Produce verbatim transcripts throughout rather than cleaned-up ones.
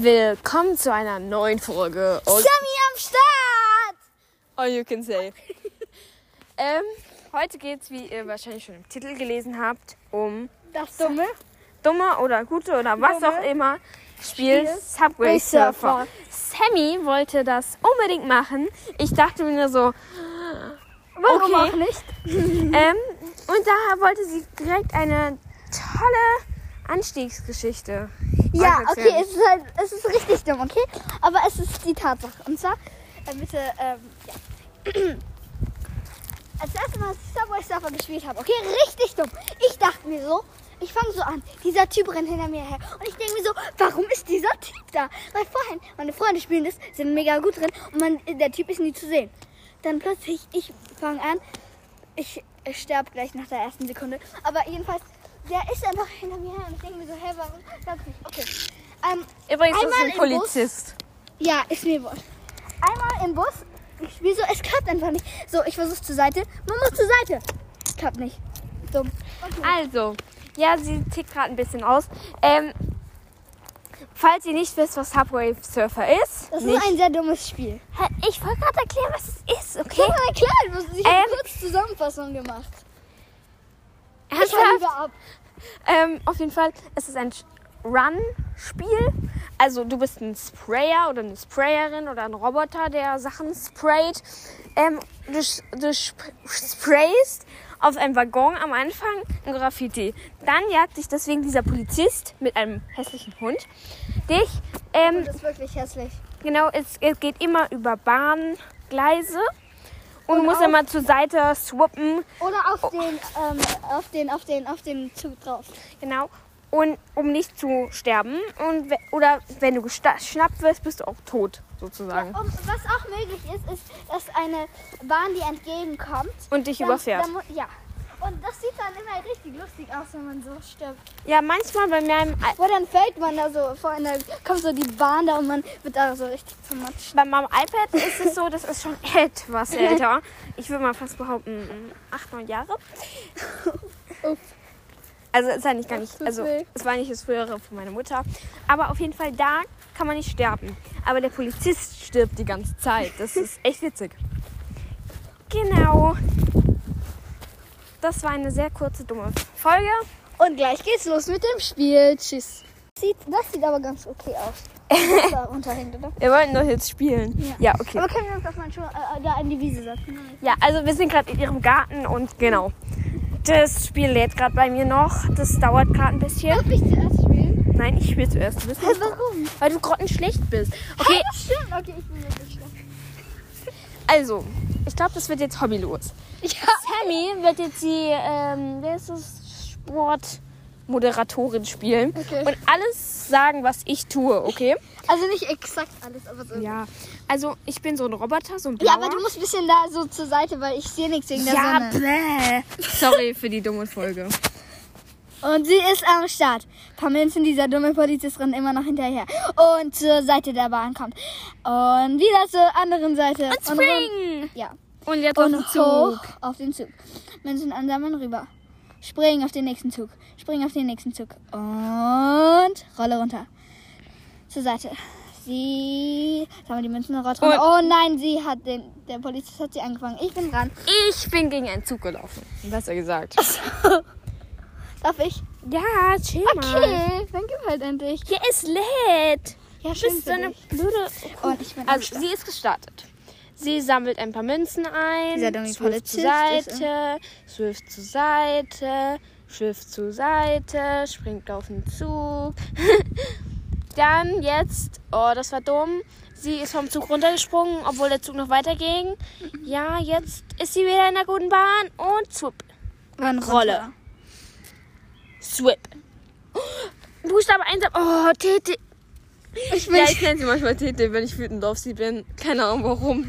Willkommen zu einer neuen Folge. Und Sammy am Start! All you can say. ähm, heute geht's, wie ihr wahrscheinlich schon im Titel gelesen habt, um das dumme, dumme oder gute oder was dumme auch immer Spiel, Spiel Subway Surfer. Sammy wollte das unbedingt machen. Ich dachte mir nur so, warum okay. auch nicht? ähm, und da wollte sie direkt eine tolle Anstiegsgeschichte. Ja, okay, es ist halt, es ist richtig dumm, okay? Aber es ist die Tatsache. Und zwar, äh, bitte, ähm, ja. Als erstes Mal, als ich Subway Surfer gespielt habe, okay, richtig dumm. Ich dachte mir so, ich fange so an, dieser Typ rennt hinter mir her. Und ich denke mir so, warum ist dieser Typ da? Weil vorhin, meine Freunde spielen das, sind mega gut drin und man, der Typ ist nie zu sehen. Dann plötzlich, ich fange an, ich, ich sterbe gleich nach der ersten Sekunde. Aber jedenfalls, der ist einfach hinter mir her und ich denke mir so, hä, warum? Ganz nicht. Okay. Ähm, Übrigens ist ein Polizist. Bus, ja, ist mir wurscht. Einmal im Bus, ich spiele so, es klappt einfach nicht. So, ich versuche zur Seite, man muss zur Seite. Klappt nicht. Dumm. Okay. Also, ja, sie tickt gerade ein bisschen aus. Ähm, falls ihr nicht wisst, was Subway Surfer ist. Das nicht. ist ein sehr dummes Spiel. Ich wollte gerade erklären, was es ist, okay? Ich habe mal erklärt, ich habe ähm, eine kurze Zusammenfassung gemacht. Ernsthaft? Ab. Ähm, auf jeden Fall, es ist ein Run-Spiel. Also du bist ein Sprayer oder eine Sprayerin oder ein Roboter, der Sachen sprayt. Ähm, du, du sp- sprayst auf einem Waggon am Anfang ein Graffiti. Dann jagt dich deswegen dieser Polizist mit einem hässlichen Hund dich. Ähm, das ist wirklich hässlich. Genau, es, es geht immer über Bahngleise. Und, und du musst immer zur Seite swappen. Oder auf den, ähm, auf den, auf den, auf den Zug drauf. Genau. Und um nicht zu sterben. Und we- oder wenn du geschnappt wirst, bist du auch tot, sozusagen. Ja, um, was auch möglich ist, ist, dass eine Bahn, die entgegenkommt. Und dich dann, überfährt. Dann, ja. Und das sieht dann immer richtig lustig aus, wenn man so stirbt. Ja, manchmal bei meinem... Wo dann fällt man da so vor, und dann kommt so die Bahn da und man wird da so richtig zermatscht. Bei meinem iPad ist es so, das ist schon etwas älter. Ich würde mal fast behaupten, acht, neun Jahre. Also es ist eigentlich gar nicht, also es war nicht das frühere von meiner Mutter. Aber auf jeden Fall, da kann man nicht sterben. Aber der Polizist stirbt die ganze Zeit. Das ist echt witzig. Genau. Das war eine sehr kurze, dumme Folge. Und gleich geht's los mit dem Spiel. Tschüss. Sieht, das sieht aber ganz okay aus. Was da runterhängt, oder? Wir wollten doch jetzt spielen. Ja, ja okay. Aber können wir uns das mal schon äh, da in die Wiese setzen? Ja, also wir sind gerade in ihrem Garten und genau. Das Spiel lädt gerade bei mir noch. Das dauert gerade ein bisschen. Darf ich zuerst spielen? Nein, ich spiele zuerst. Du bist Hä, warum? Weil du grottenschlecht bist. Okay. Hey, das stimmt. Okay, ich bin wirklich schlecht. Also, ich glaube, das wird jetzt hobbylos. Ja. Sammy wird jetzt die, ähm, wer ist das? Sportmoderatorin spielen. Okay. Und alles sagen, was ich tue, okay? Also nicht exakt alles, aber so. Ja. Also, ich bin so ein Roboter, so ein Blauer. Ja, aber du musst ein bisschen da so zur Seite, weil ich sehe nichts wegen der ja, Sonne. bläh. Sorry für die dumme Folge. Und sie ist am Start. Ein paar Münzen, dieser dumme Polizist rennt immer noch hinterher. Und zur Seite der Bahn kommt. Und wieder zur anderen Seite. Und springen! Und ja. Und jetzt Und auf den Zug. hoch auf den Zug. Münzen ansammeln, rüber. Springen auf den nächsten Zug. Springen auf den nächsten Zug. Und Rolle runter. Zur Seite. Sie... Sammeln die Münzen und rollt runter. Oh nein, sie hat den... Der Polizist hat sie angefangen. Ich bin dran. Ich bin gegen einen Zug gelaufen. Besser gesagt. Darf ich? Ja, chill mal. Okay, dann gib halt endlich. Hier ist lädt. Ja, Du schön bist für so eine dich. blöde... Und ich bin am Also, Start. sie ist gestartet. Sie sammelt ein paar Münzen ein. Dieser dumme Swift zur Polizist ist, Seite. Swift zur Seite. Swift zur Seite. Springt auf den Zug. Dann jetzt... Oh, das war dumm. Sie ist vom Zug runtergesprungen, obwohl der Zug noch weiterging. Ja, jetzt ist sie wieder in einer guten Bahn. Und swip. Wann Rolle. Swip. Buchstabe eins. Oh, Tete. Ich bin Ja, ich nenne sie manchmal Tete, wenn ich wütend auf sie bin. Keine Ahnung warum.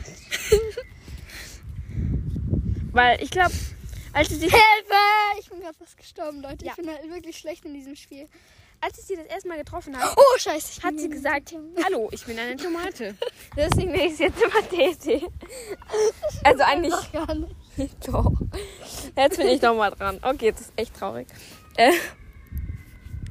Weil ich glaube, als ich sie, Hilfe! Ich bin gerade fast gestorben, Leute. Ja. Ich bin halt wirklich schlecht in diesem Spiel. als ich sie das erste Mal getroffen habe, Oh, scheiße. ich hat bin sie in- gesagt, hallo, ich bin eine Tomate. Deswegen nenne ich sie jetzt immer Tete. Also eigentlich... Ach, gar nicht. Doch. Jetzt bin ich noch mal dran. Okay, das ist echt traurig. Äh,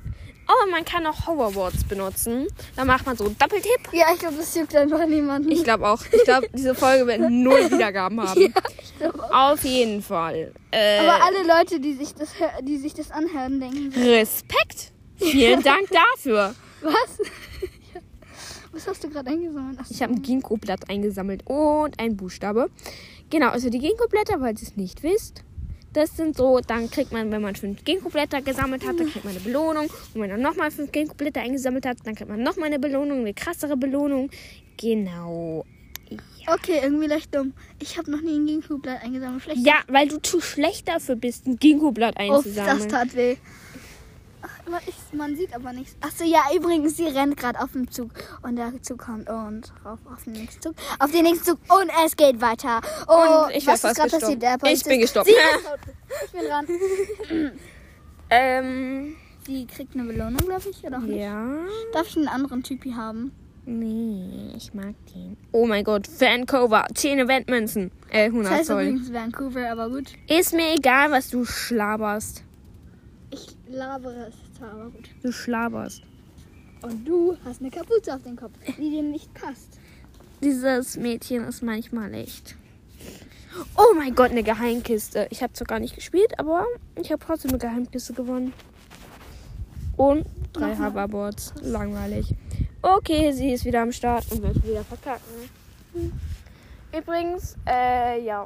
Oh, man kann auch Hoverboards benutzen. Da macht man so einen Doppeltipp. Ja, ich glaube, das juckt einfach niemanden. Ich glaube auch. Ich glaube, diese Folge wird null Wiedergaben haben. Ja, ich glaube auch. Auf jeden Fall. Äh, Aber alle Leute, die sich das, hör- die sich das anhören, denken, Respekt. Vielen Dank dafür. was? Ja. Was hast du gerade eingesammelt? Ach so. Ich habe ein Ginkgo-Blatt eingesammelt und ein Buchstabe. Genau, also die Ginkgo-Blätter, falls ihr es nicht wisst, das sind so, dann kriegt man, wenn man fünf Ginkgo-Blätter gesammelt hat, dann kriegt man eine Belohnung. Und wenn man dann nochmal fünf Ginkgo-Blätter eingesammelt hat, dann kriegt man nochmal eine Belohnung, eine krassere Belohnung. Genau. Okay, irgendwie leicht dumm. Ich habe noch nie ein Ginkgo-Blatt eingesammelt. Vielleicht Ja, weil du zu schlecht dafür bist, ein Ginkgo-Blatt Uff, das einzusammeln. tat weh. Ach, man, ich, man sieht aber nichts. Achso, ja, übrigens, sie rennt gerade auf dem Zug. Und der Zug kommt und rauf auf den nächsten Zug. Auf den nächsten Zug und es geht weiter. Oh, Und ich wär was fast ist gerade gestorben. passiert? Der Ich Polizist- bin gestorben. Sie ist tot. Ich bin dran. ähm, Sie kriegt eine Belohnung, glaube ich, oder auch nicht? ja. Darf ich einen anderen Typi haben? Nee, ich mag den. Oh mein Gott, Vancouver, zehn Eventmünzen. Äh, Das hundert heißt Zoll. übrigens Vancouver, aber gut. Ist mir egal, was du schlaberst. Ich labere es zwar, aber gut. Du schlaberst. Und du hast eine Kapuze auf dem Kopf, die dir nicht passt. Dieses Mädchen ist manchmal echt. Oh mein Gott, eine Geheimkiste. Ich habe zwar gar nicht gespielt, aber ich habe trotzdem eine Geheimkiste gewonnen. Und drei Nochmal. Hoverboards. Langweilig. Okay, sie ist wieder am Start und wird wieder verkacken. Übrigens, äh, ja.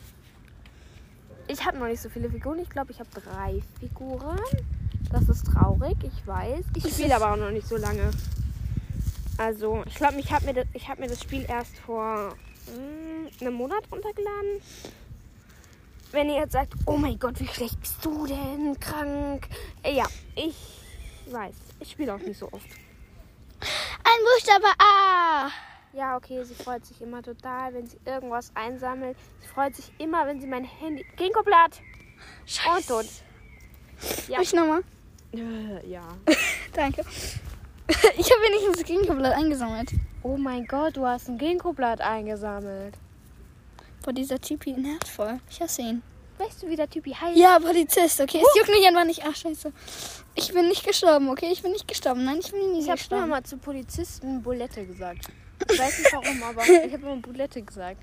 Ich habe noch nicht so viele Figuren. Ich glaube, ich habe drei Figuren. Das ist traurig, ich weiß. Ich spiele aber auch noch nicht so lange. Also, ich glaube, ich habe mir, das- ich hab mir das Spiel erst vor mh, einem Monat runtergeladen. Wenn ihr jetzt sagt, oh mein Gott, wie schlecht bist du denn? Krank. Äh, ja, ich weiß. Ich spiele auch nicht so oft. Ein Buchstabe A. Ja, okay, sie freut sich immer total, wenn sie irgendwas einsammelt. Sie freut sich immer, wenn sie mein Handy... Ginkgo-Blatt! Und tot. Ja. Ich nochmal. Äh, ja. Danke. Ich habe wenigstens das Ginkgo-Blatt eingesammelt. Oh mein Gott, du hast ein Ginkgo-Blatt eingesammelt. Boah, dieser Typi nervt voll. Ich hasse ihn. Weißt du, wie der Typi heißt? Ja, Polizist, okay. Es juckt mich einfach nicht. Ach, scheiße. Ich bin nicht gestorben, okay? Ich bin nicht gestorben. Nein, ich bin nie Ich habe früher gestorben. mal zu Polizisten Bulette gesagt. Ich weiß nicht warum, aber ich habe immer Bulette gesagt.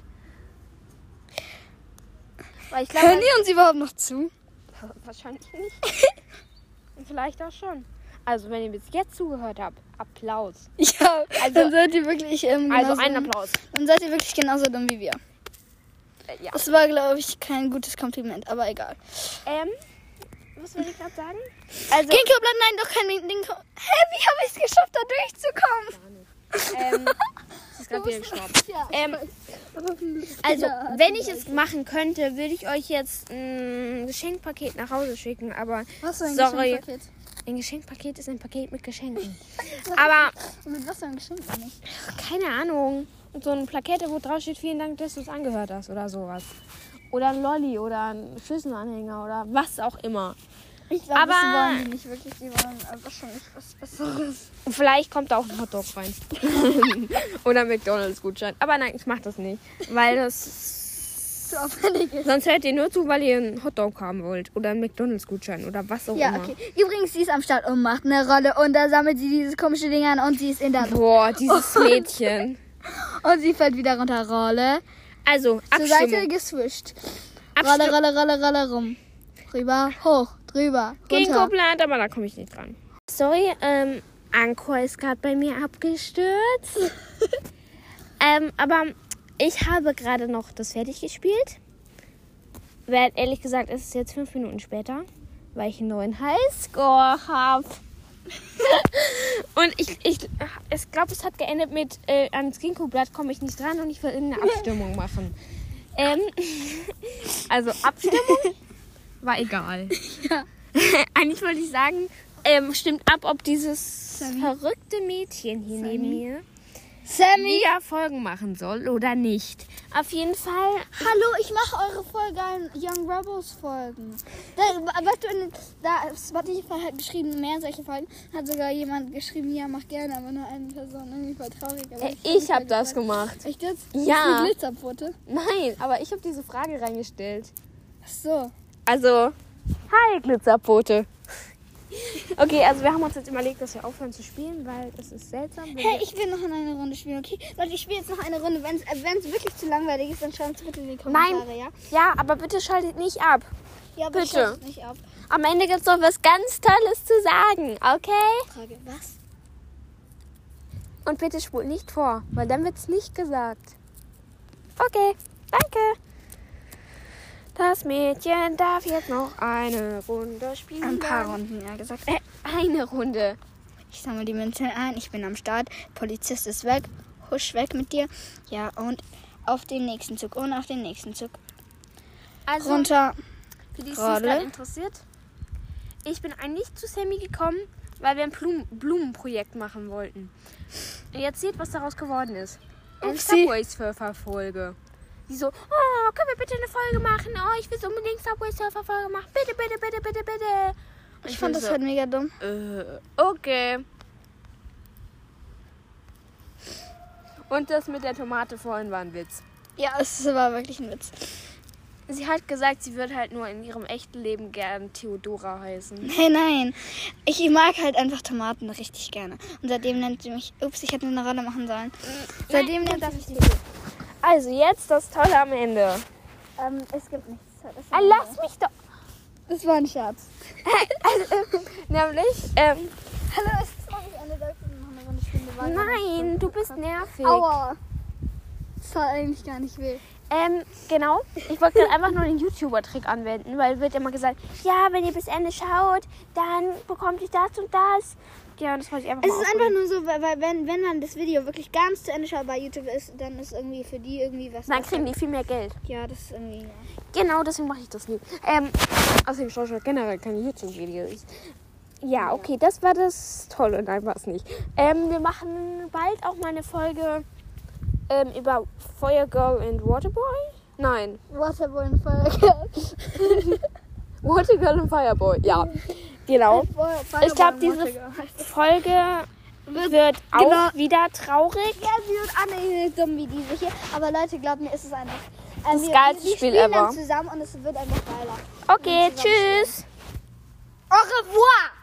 Weil ich glaube, Hören die uns überhaupt noch zu? wahrscheinlich nicht. Und vielleicht auch schon. Also, wenn ihr bis jetzt zugehört habt, Applaus. Ja, Also- dann seid ihr wirklich ähm, Also, genauso- einen Applaus. Dann seid ihr wirklich genauso dumm wie wir. Äh, ja. Das war, glaube ich, kein gutes Kompliment, aber egal. Ähm, was wollte ich gerade sagen? Also, Ginkgo-Blatt, nein, doch kein Ding. Hä, wie habe ich es geschafft, da durchzukommen? ähm, es ist gerade wieder gestorben. Ja, Ähm, also, Also, wenn ich es machen könnte, würde ich euch jetzt ein Geschenkpaket nach Hause schicken. Aber Was für ein sorry. Geschenkpaket? ein Geschenkpaket ist ein Paket mit Geschenken. Aber Mit was für ein Geschenk meine ich? keine Ahnung. So eine Plakette, wo drauf steht, vielen Dank, dass du es angehört hast oder sowas. Oder ein Lolli oder ein Schlüsselanhänger oder was auch immer. Ich glaube, Aber- das wollen die nicht wirklich. Die wollen wahrscheinlich was Besseres. Und vielleicht kommt da auch ein Hotdog rein. Oder ein McDonalds-Gutschein. Aber nein, ich mach das nicht. Weil das... Zu aufwendig ist. Sonst hört ihr nur zu, weil ihr einen Hotdog haben wollt. Oder einen McDonalds-Gutschein oder was auch Ja, immer. okay. Übrigens, sie ist am Start und macht eine Rolle. Und da sammelt sie dieses komische Ding an und sie ist in der... Boah, dieses Mädchen. Und sie fällt wieder runter. Rolle. Also, Zur Seite Abstimmung. geswischt. Rolle, Abstimmung. Rolle, Rolle, Rolle rum. Rüber, hoch, drüber, runter. Ginkgo-Blatt, aber da komme ich nicht dran. Sorry, ähm, Anchor ist gerade bei mir abgestürzt. ähm, aber ich habe gerade noch das fertig gespielt. Weil, ehrlich gesagt, es ist jetzt fünf Minuten später, weil ich einen neuen Highscore habe. Und ich, ich, ich glaube, es hat geendet mit, äh, ans Ginkgo-Blatt komme ich nicht dran und ich will irgendeine Abstimmung machen. Ähm, also Abstimmung war egal. Ja. Eigentlich wollte ich sagen, ähm, stimmt ab, ob dieses Sammy. verrückte Mädchen hier Sammy. neben mir Sammy! wieder Folgen machen soll oder nicht. Auf jeden Fall. Hallo, ich mache eure voll geilen Young Rebels Folgen. Da, weißt du, in- da Spotify hat geschrieben, mehr solche Folgen. Hat sogar jemand geschrieben, ja, mach gerne, aber nur eine Person. Irgendwie voll traurig. Aber Äh, hab ich mich habe voll das gefreut. gemacht. Echt jetzt? Ja. Mit Glitzerpfote? Nein, aber ich habe diese Frage reingestellt. Ach so. Also, hi Glitzerpote. Okay, also wir haben uns jetzt überlegt, dass wir aufhören zu spielen, weil es ist seltsam. Hey, ich will noch in eine Runde spielen, okay? Leute, ich spiele jetzt noch eine Runde. Wenn es äh, wirklich zu langweilig ist, dann schreibt es bitte in die Kommentare, Nein. ja? Ja, aber bitte schaltet nicht ab. Ja, aber Bitte. schaltet nicht ab. Am Ende gibt es noch was ganz Tolles zu sagen, okay? Frage, was? Und bitte spult nicht vor, weil dann wird es nicht gesagt. Okay, danke. Das Mädchen darf jetzt noch eine Runde spielen. Ein paar Runden, ja gesagt. Äh, eine Runde. Ich sammle die Münzen ein, ich bin am Start. Polizist ist weg. Husch weg mit dir. Ja, und auf den nächsten Zug. Und auf den nächsten Zug. Also, Runter. für die es Radle. gerade interessiert, ich bin eigentlich zu Sammy gekommen, weil wir ein Blum- Blumenprojekt machen wollten. Und jetzt seht, was daraus geworden ist. Eine Upsi. Subway Surfer Folge. Die so, oh, können wir bitte eine Folge machen? Oh, ich will so unbedingt Subway Surfer Folge machen. Bitte, bitte, bitte, bitte, bitte. Und Ich fand bin das so, halt mega dumm. Äh, okay. Und das mit der Tomate vorhin war ein Witz. Ja, es war wirklich ein Witz. Sie hat gesagt, sie würde halt nur in ihrem echten Leben gern Theodora heißen. Nein, nein. Ich mag halt einfach Tomaten richtig gerne. Und seitdem nennt sie mich... Ups, ich hätte eine Rolle machen sollen. Seitdem nennt sie mich... Also jetzt das Tolle am Ende. Ähm, es gibt nichts. Das Ah, lass mich doch. Das war ein Scherz. Nämlich, ähm, Hallo, es ist noch nicht Ende. Darf ich noch eine Runde spielen? Wir waren nein, du bist nervig. Aua. Das war eigentlich gar nicht weh. Ähm, genau. Ich wollte gerade einfach nur den YouTuber-Trick anwenden, weil wird immer gesagt, ja, wenn ihr bis Ende schaut, dann bekommt ihr das und das. Ja, und das wollte ich einfach Es mal ist ausprobieren. einfach nur so, weil, weil wenn, wenn man das Video wirklich ganz zu Ende schaut bei YouTube ist, dann ist irgendwie für die irgendwie was. Dann kriegen die viel mehr Geld. Ja, das ist irgendwie. Ja. Genau, deswegen mache ich das nie. Ähm, außerdem schaue ich auch generell keine YouTube-Videos. Ja, okay, das war das Tolle. Nein, war es nicht. Ähm, wir machen bald auch mal eine Folge ähm, über Fire Girl and Waterboy. Nein, Waterboy und Feuergirl. Water Girl und Fireboy. Ja, genau. Ich glaube, diese Folge wird auch Genau. wieder traurig. Ja, sie wird auch nicht so dumm wie diese hier. Aber Leute, glaubt mir, ist es einfach. Das wir, geilste wir Spiel spielen ever. dann zusammen und es wird einfach geiler. Okay, tschüss. Au revoir!